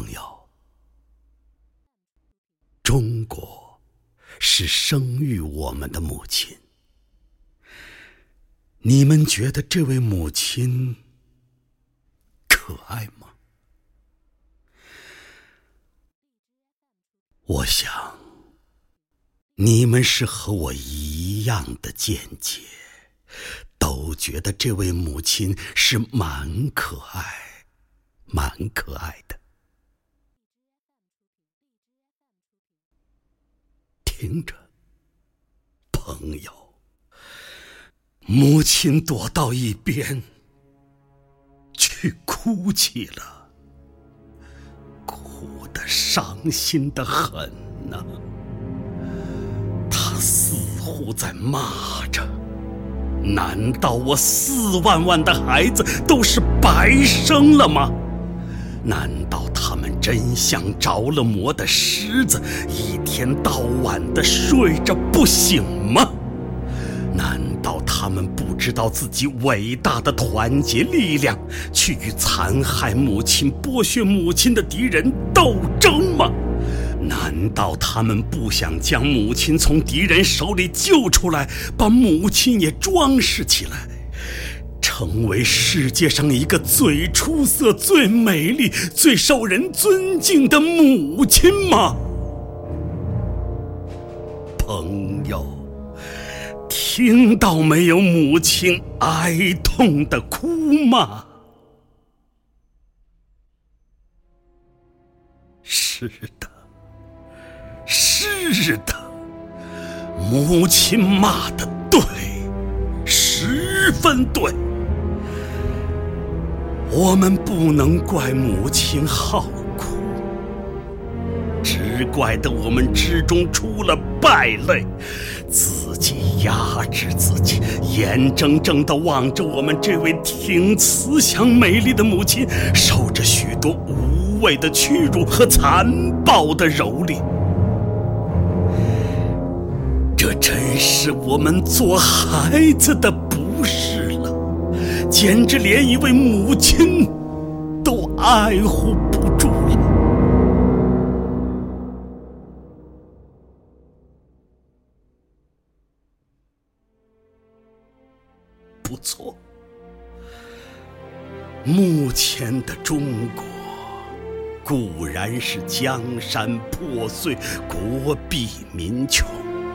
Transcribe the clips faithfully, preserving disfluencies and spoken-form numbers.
朋友，中国是生育我们的母亲。你们觉得这位母亲可爱吗？我想，你们是和我一样的见解，都觉得这位母亲是蛮可爱，蛮可爱的。听着，朋友，母亲躲到一边去哭泣了，哭得伤心得很呐、啊。她似乎在骂着，难道我四万万的孩子都是白生了吗？难道他们真像着了魔的狮子，一天到晚地睡着不醒吗？难道他们不知道自己伟大的团结力量，去与残害母亲、剥削母亲的敌人斗争吗？难道他们不想将母亲从敌人手里救出来，把母亲也装饰起来，成为世界上一个最出色、最美丽、最受人尊敬的母亲吗？朋友，听到没有母亲哀痛的哭吗？是的，是的，母亲骂得对，十分对。我们不能怪母亲好哭，只怪得我们之中出了败类，自己压制自己，眼睁睁地望着我们这位挺慈祥美丽的母亲受着许多无谓的屈辱和残暴的蹂躏。这真是我们做孩子的不是了，简直连一位母亲都爱护不住了。不错，目前的中国固然是江山破碎，国弊民穷，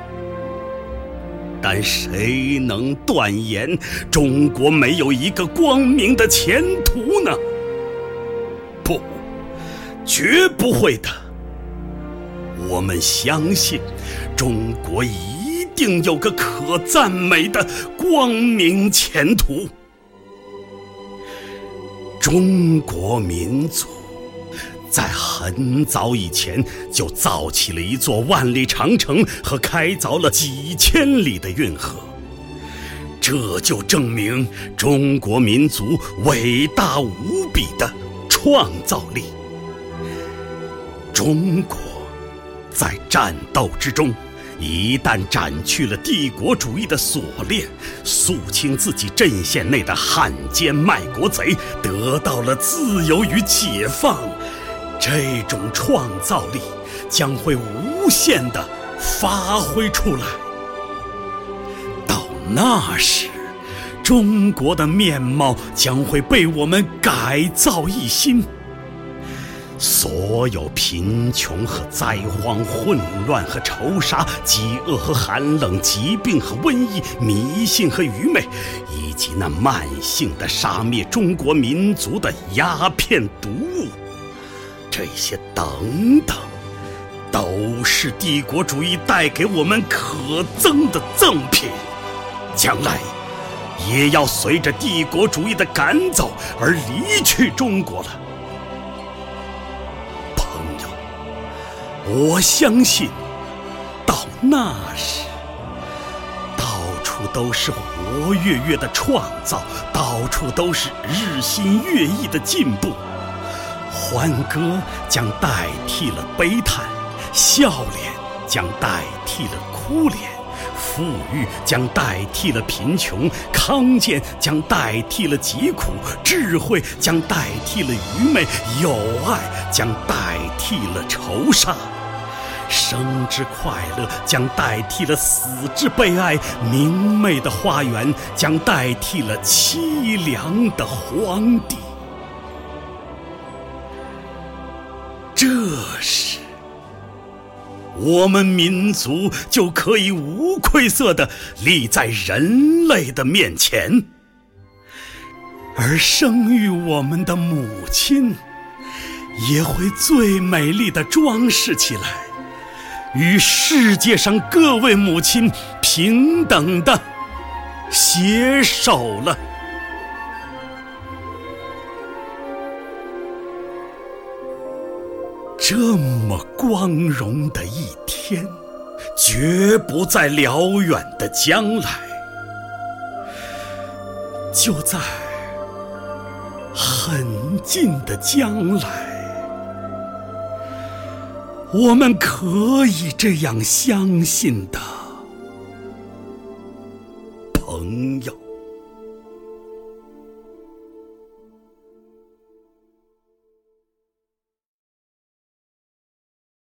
但谁能断言中国没有一个光明的前途呢？不，绝不会的。我们相信中国一定有个可赞美的光明前途。中国民族在很早以前就造起了一座万里长城和开凿了几千里的运河，这就证明中国民族伟大无比的创造力。中国在战斗之中，一旦斩去了帝国主义的锁链，肃清自己阵线内的汉奸卖国贼，得到了自由与解放，这种创造力将会无限地发挥出来。到那时，中国的面貌将会被我们改造一新，所有贫穷和灾荒、混乱和仇杀、饥饿和寒冷、疾病和瘟疫、迷信和愚昧，以及那慢性的杀灭中国民族的鸦片毒物，这些等等，都是帝国主义带给我们可憎的赠品，将来也要随着帝国主义的赶走而离去中国了。朋友，我相信到那时，到处都是活跃跃的创造，到处都是日新月异的进步。欢歌将代替了悲叹，笑脸将代替了哭脸， 富裕将代替了贫穷，康健将代替了疾苦，智慧将代替了愚昧，友爱将代替了仇杀。生之快乐将代替了死之悲哀，明媚的花园将代替了凄凉的荒地。这时，我们民族就可以无愧色地立在人类的面前，而生育我们的母亲也会最美丽地装饰起来，与世界上各位母亲平等地携手了。这么光荣的一天，绝不在辽远的将来，就在很近的将来，我们可以这样相信的，朋友。